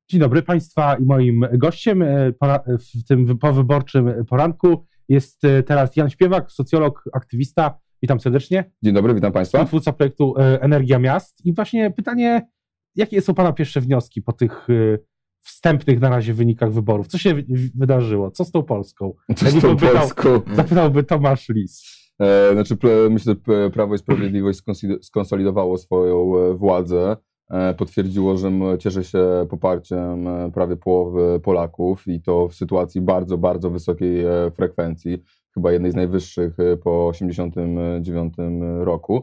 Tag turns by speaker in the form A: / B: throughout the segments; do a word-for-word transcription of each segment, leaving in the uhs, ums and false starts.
A: Dzień dobry Państwa i moim gościem w tym powyborczym poranku jest teraz Jan Śpiewak, socjolog, aktywista. Witam serdecznie.
B: Dzień dobry, witam Państwa.
A: Twórca projektu Energia Miast. I właśnie pytanie, jakie są Pana pierwsze wnioski po tych wstępnych na razie wynikach wyborów? Co się wydarzyło? Co z tą Polską?
B: Co z tą Polską?
A: Zapytałby Tomasz Lis.
B: E, znaczy, myślę, że Prawo i Sprawiedliwość skonsolidowało swoją władzę. Potwierdziło, że cieszy się poparciem prawie połowy Polaków i to w sytuacji bardzo, bardzo wysokiej frekwencji, chyba jednej z najwyższych po osiemdziesiątym dziewiątym roku.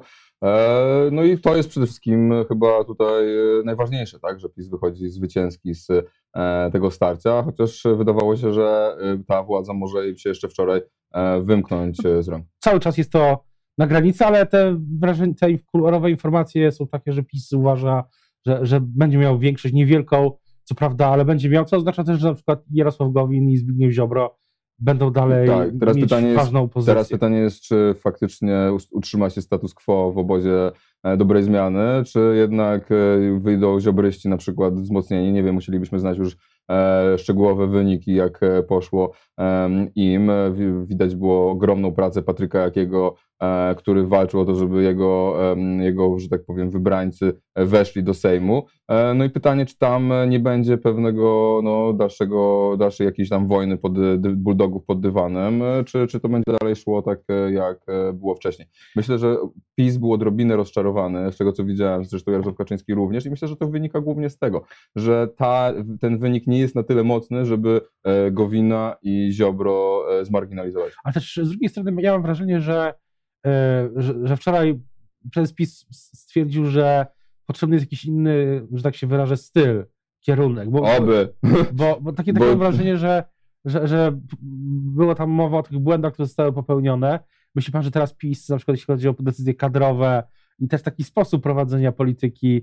B: No i to jest przede wszystkim chyba tutaj najważniejsze, tak, że PiS wychodzi zwycięski z tego starcia, chociaż wydawało się, że ta władza może im się jeszcze wczoraj wymknąć z rąk.
A: Cały czas jest to na granicy, ale te, wrażenie, te kolorowe informacje są takie, że PiS uważa, że, że będzie miał większość niewielką, co prawda, ale będzie miał, co oznacza też, że na przykład Jarosław Gowin i Zbigniew Ziobro będą dalej
B: tak, teraz
A: mieć
B: pytanie
A: ważną
B: jest,
A: pozycję.
B: Teraz pytanie jest, czy faktycznie utrzyma się status quo w obozie dobrej zmiany, czy jednak wyjdą ziobryści na przykład wzmocnieni, nie wiem, musielibyśmy znać już e, szczegółowe wyniki, jak poszło e, im. Widać było ogromną pracę Patryka Jakiego, e, który walczył o to, żeby jego, e, jego, że tak powiem, wybrańcy weszli do Sejmu. E, no i pytanie, czy tam nie będzie pewnego no, dalszego, dalszej jakiejś tam wojny pod, bulldogów pod dywanem, czy, czy to będzie dalej szło tak, jak było wcześniej. Myślę, że PiS był odrobinę rozczarowany, z tego co widziałem, zresztą Jarosław Kaczyński również, i myślę, że to wynika głównie z tego, że ta, ten wynik nie jest na tyle mocny, żeby Gowina i Ziobro zmarginalizować.
A: Ale też z drugiej strony miałem wrażenie, że, że, że wczoraj przez PiS stwierdził, że potrzebny jest jakiś inny, że tak się wyrażę, styl, kierunek. Bo,
B: Oby.
A: Bo, bo takie, takie
B: bo...
A: mam wrażenie, że, że, że było tam mowa o tych błędach, które zostały popełnione. Myśli pan, że teraz PiS, na przykład jeśli chodzi o decyzje kadrowe i też taki sposób prowadzenia polityki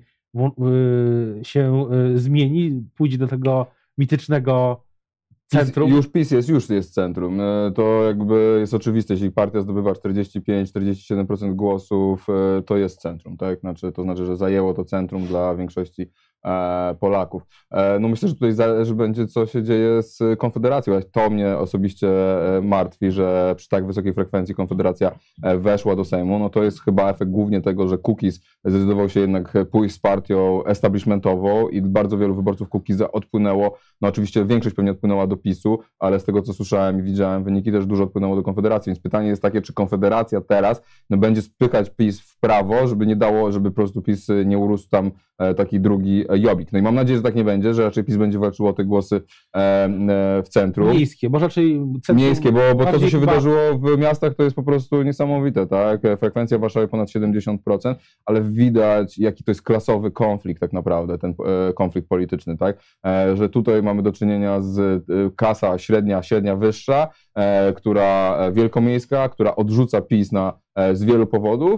A: się zmieni, pójdzie do tego mitycznego centrum?
B: PiS, już PiS jest, już jest centrum. To jakby jest oczywiste, jeśli partia zdobywa czterdzieści pięć do czterdziestu siedmiu procent głosów, to jest centrum, tak? Znaczy, to znaczy, że zajęło to centrum dla większości Polaków. No myślę, że tutaj zależy będzie, co się dzieje z Konfederacją. To mnie osobiście martwi, że przy tak wysokiej frekwencji Konfederacja weszła do Sejmu. No to jest chyba efekt głównie tego, że Kukiz zdecydował się jednak pójść z partią establishmentową i bardzo wielu wyborców Kukiza odpłynęło. No oczywiście większość pewnie odpłynęła do PiSu, ale z tego, co słyszałem i widziałem, wyniki też dużo odpłynęło do Konfederacji. Więc pytanie jest takie, czy Konfederacja teraz no, będzie spychać PiS w prawo, żeby nie dało, żeby po prostu PiS nie urósł tam taki drugi Jobbik. No i mam nadzieję, że tak nie będzie, że raczej PiS będzie walczyło o te głosy e, e, w centrum.
A: Miejskie, może raczej centrum.
B: Miejskie, bo, bo to, co się
A: chyba...
B: wydarzyło w miastach, to jest po prostu niesamowite, tak? Frekwencja w Warszawie ponad siedemdziesiąt procent, ale widać, jaki to jest klasowy konflikt tak naprawdę, ten e, konflikt polityczny, tak? E, że tutaj mamy do czynienia z e, klasa średnia, średnia wyższa, e, która wielkomiejska, która odrzuca PiS na z wielu powodów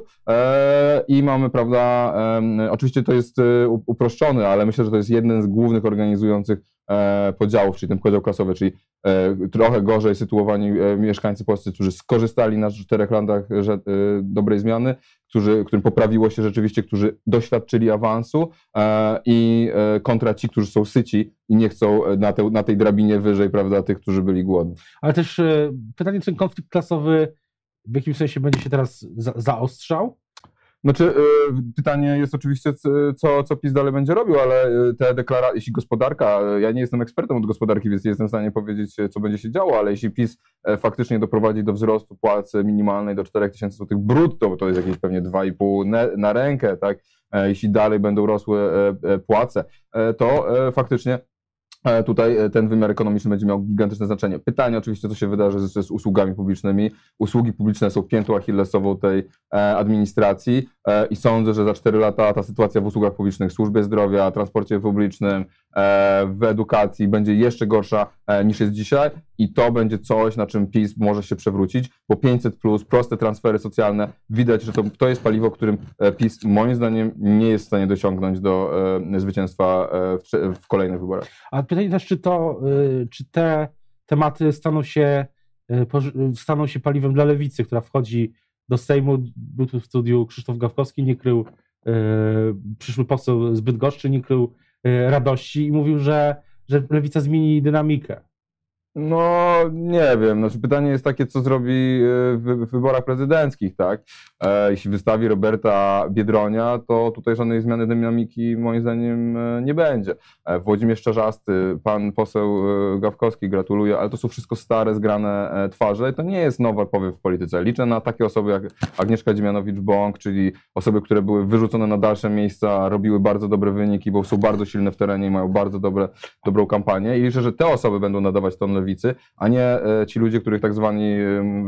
B: e, i mamy, prawda, e, oczywiście to jest e, uproszczony, ale myślę, że to jest jeden z głównych organizujących e, podziałów, czyli ten podział klasowy, czyli e, trochę gorzej sytuowani e, mieszkańcy polscy, którzy skorzystali na czterech landach że, e, dobrej zmiany, którzy, którym poprawiło się rzeczywiście, którzy doświadczyli awansu e, i e, kontra ci, którzy są syci i nie chcą na, te, na tej drabinie wyżej, prawda, tych, którzy byli głodni.
A: Ale też e, pytanie, czy ten konflikt klasowy w jakim sensie będzie się teraz za, zaostrzał?
B: Znaczy, yy, pytanie jest oczywiście, co, co PiS dalej będzie robił, ale te deklaracje, jeśli gospodarka, ja nie jestem ekspertem od gospodarki, więc nie jestem w stanie powiedzieć, co będzie się działo, ale jeśli PiS faktycznie doprowadzi do wzrostu płacy minimalnej do czterech tysięcy złotych brutto, bo to jest jakieś pewnie dwa i pół na rękę, tak? Jeśli dalej będą rosły płace, to faktycznie tutaj ten wymiar ekonomiczny będzie miał gigantyczne znaczenie. Pytanie oczywiście, co się wydarzy z, z usługami publicznymi. Usługi publiczne są piętą achillesową tej e, administracji e, i sądzę, że za cztery lata ta sytuacja w usługach publicznych, w służbie zdrowia, transporcie publicznym, e, w edukacji będzie jeszcze gorsza e, niż jest dzisiaj i to będzie coś, na czym PiS może się przewrócić, bo pięćset plus, proste transfery socjalne, widać, że to, to jest paliwo, którym PiS moim zdaniem nie jest w stanie dosiągnąć do e, zwycięstwa e, w, w kolejnych wyborach.
A: A pytanie też, czy to, czy te tematy staną się, staną się paliwem dla lewicy, która wchodzi do Sejmu. Był tu w studiu Krzysztof Gawkowski, nie krył, przyszły poseł z Bydgoszczy, nie krył radości i mówił, że, że Lewica zmieni dynamikę.
B: No, nie wiem. Znaczy, pytanie jest takie, co zrobi w wyborach prezydenckich, tak? E, jeśli wystawi Roberta Biedronia, to tutaj żadnej zmiany dynamiki moim zdaniem nie będzie. E, Włodzimierz Czarzasty, pan poseł Gawkowski, gratuluję, ale to są wszystko stare, zgrane twarze i to nie jest nowy powiew w polityce. Liczę na takie osoby jak Agnieszka Dziemianowicz-Bąk, czyli osoby, które były wyrzucone na dalsze miejsca, robiły bardzo dobre wyniki, bo są bardzo silne w terenie i mają bardzo dobre, dobrą kampanię i liczę, że te osoby będą nadawać ton lewicy, a nie ci ludzie, których tak zwani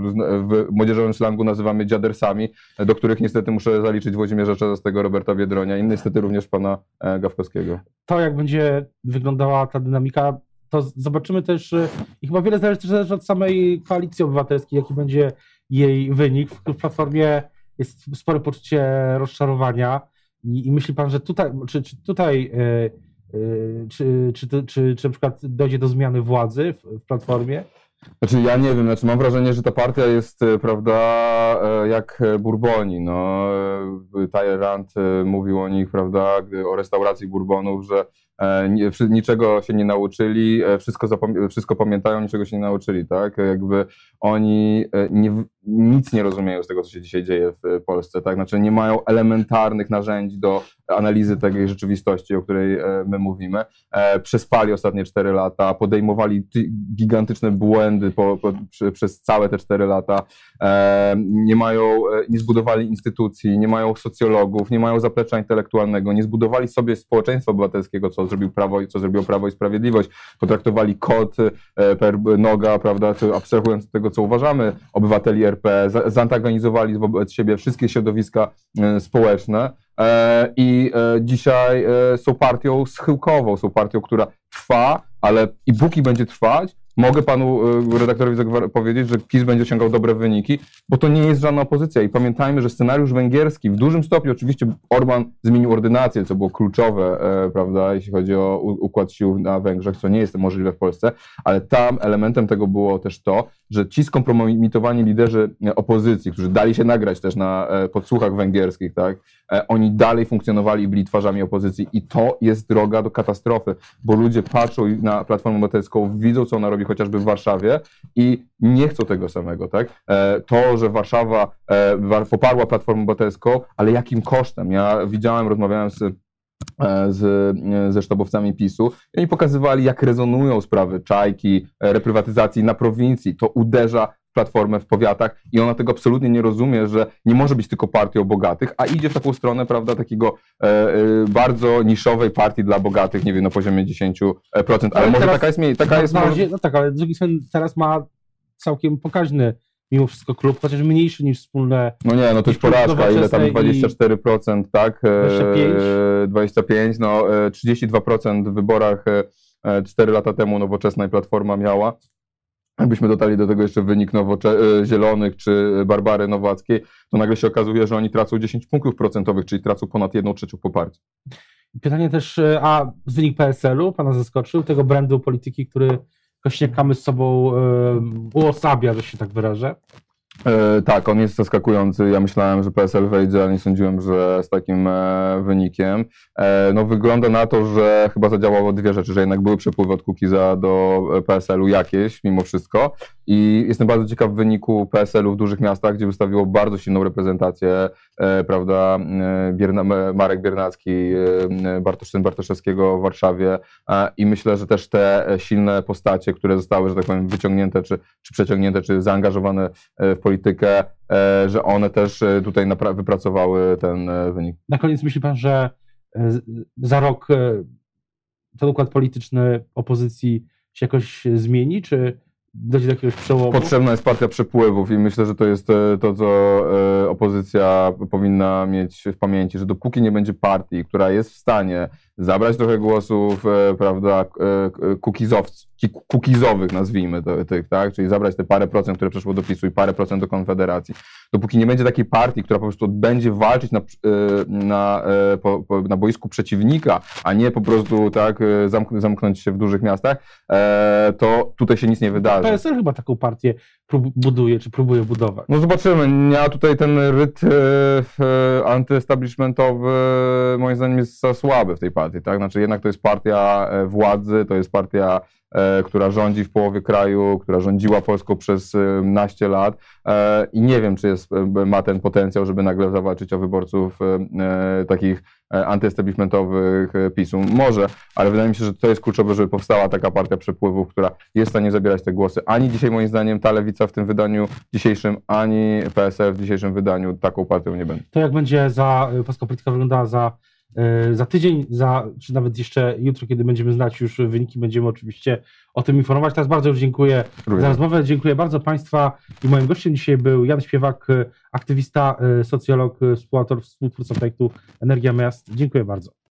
B: w młodzieżowym slangu nazywamy dziadersami, do których niestety muszę zaliczyć Włodzimierza Czarzastego, Roberta Biedronia i niestety również pana Gawkowskiego.
A: To, jak będzie wyglądała ta dynamika, to zobaczymy też i chyba wiele zależy też od samej Koalicji Obywatelskiej, jaki będzie jej wynik. W Platformie jest spore poczucie rozczarowania i, i myśli pan, że tutaj, czy, czy tutaj yy, Czy, czy, czy, czy, czy na przykład dojdzie do zmiany władzy w, w Platformie?
B: Znaczy ja nie wiem, znaczy mam wrażenie, że ta partia jest, prawda, jak Bourboni. No, Talleyrand mówił o nich, prawda, o restauracji Bourbonów, że niczego się nie nauczyli, wszystko, wszystko pamiętają, niczego się nie nauczyli, tak? Jakby oni nie, nic nie rozumieją z tego, co się dzisiaj dzieje w Polsce, tak? Znaczy nie mają elementarnych narzędzi do analizy tej rzeczywistości, o której my mówimy. Przespali ostatnie cztery lata, podejmowali gigantyczne błędy po, po, przez całe te cztery lata, nie mają, nie zbudowali instytucji, nie mają socjologów, nie mają zaplecza intelektualnego, nie zbudowali sobie społeczeństwa obywatelskiego, co zrobił Prawo, co zrobiło Prawo i Sprawiedliwość, potraktowali kod per noga, prawda, abstrahując od tego, co uważamy, obywateli R P, zaantagonizowali wobec siebie wszystkie środowiska społeczne i dzisiaj są partią schyłkową, są partią, która trwa, ale i póki będzie trwać, mogę panu redaktorowi powiedzieć, że PiS będzie osiągał dobre wyniki, bo to nie jest żadna opozycja. I pamiętajmy, że scenariusz węgierski w dużym stopniu, oczywiście Orban zmienił ordynację, co było kluczowe, e, prawda, jeśli chodzi o układ sił na Węgrzech, co nie jest możliwe w Polsce, ale tam elementem tego było też to, że ci skompromitowani liderzy opozycji, którzy dali się nagrać też na e, podsłuchach węgierskich, tak, e, oni dalej funkcjonowali i byli twarzami opozycji i to jest droga do katastrofy, bo ludzie patrzą na Platformę Obywatelską, widzą, co ona robi chociażby w Warszawie i nie chcą tego samego, tak? To, że Warszawa poparła Platformę Obywatelską, ale jakim kosztem? Ja widziałem, rozmawiałem z, z, ze sztabowcami PiSu i oni pokazywali, jak rezonują sprawy Czajki, reprywatyzacji na prowincji. To uderza Platformę w powiatach i ona tego absolutnie nie rozumie, że nie może być tylko partią bogatych, a idzie w taką stronę, prawda, takiego e, e, bardzo niszowej partii dla bogatych, nie wiem, na poziomie dziesięć procent, ale, ale może taka jest, taka jest
A: może... No tak, ale z drugiej strony teraz ma całkiem pokaźny mimo wszystko klub, chociaż mniejszy niż wspólne...
B: No nie, no to jest porażka, ile tam dwadzieścia cztery procent, tak?
A: dwadzieścia pięć procent?
B: dwadzieścia pięć procent, no trzydzieści dwa procent w wyborach cztery lata temu Nowoczesna i Platforma miała. Jakbyśmy dodali do tego jeszcze wynik Nowocze- Zielonych czy Barbary Nowackiej, to nagle się okazuje, że oni tracą dziesięć punktów procentowych, czyli tracą ponad jedną trzecią poparcia.
A: Pytanie też, a wynik P S L-u pana zaskoczył, tego brandu polityki, który Kośniak-Kamysz z sobą um, uosabia, że się tak wyrażę?
B: E, tak, on jest zaskakujący. Ja myślałem, że P S L wejdzie, ale nie sądziłem, że z takim e, wynikiem. E, no wygląda na to, że chyba zadziałało dwie rzeczy, że jednak były przepływy od Kukiza do P S L-u jakieś, mimo wszystko. I jestem bardzo ciekaw wyniku P S L-u w dużych miastach, gdzie wystawiło bardzo silną reprezentację, e, prawda, Bierna, Marek Biernacki, e, Bartosz, syn Bartoszewskiego w Warszawie. E, I myślę, że też te silne postacie, które zostały, że tak powiem, wyciągnięte, czy, czy przeciągnięte, czy zaangażowane w politykę, że one też tutaj wypracowały ten wynik.
A: Na koniec myśli pan, że za rok ten układ polityczny opozycji się jakoś zmieni, czy dojdzie do jakiegoś przełomu?
B: Potrzebna jest partia przepływów i myślę, że to jest to, co opozycja powinna mieć w pamięci, że dopóki nie będzie partii, która jest w stanie zabrać trochę głosów, prawda, kukizowców, kukizowych, nazwijmy to, tych, tak, czyli zabrać te parę procent, które przeszło do PiSu i parę procent do Konfederacji. Dopóki nie będzie takiej partii, która po prostu będzie walczyć na, na, po, na boisku przeciwnika, a nie po prostu tak zamk- zamknąć się w dużych miastach, to tutaj się nic nie wydarzy.
A: P S L chyba taką partię prób buduje, czy próbuje budować.
B: No zobaczymy. Ja tutaj ten ryt e, e, antyestablishmentowy moim zdaniem jest za słaby w tej partii, tak? Znaczy jednak to jest partia e, władzy, to jest partia, e, która rządzi w połowie kraju, która rządziła Polską przez e, naście lat e, i nie wiem, czy jest, e, ma ten potencjał, żeby nagle zawalczyć o wyborców e, takich antyestablishmentowych PiSu. Może, ale wydaje mi się, że to jest kluczowe, żeby powstała taka partia przepływów, która jest w stanie zabierać te głosy. Ani dzisiaj moim zdaniem ta lewica w tym wydaniu dzisiejszym, ani P S L w dzisiejszym wydaniu taką partią nie będzie.
A: To jak będzie za polska polityka wyglądała za, za tydzień, za, czy nawet jeszcze jutro, kiedy będziemy znać już wyniki, będziemy oczywiście o tym informować. Teraz bardzo już dziękuję Również. za rozmowę. Dziękuję bardzo Państwa i moim gościem dzisiaj był Jan Śpiewak, aktywista, socjolog, współautor, współtwórca projektu Energia Miast. Dziękuję bardzo.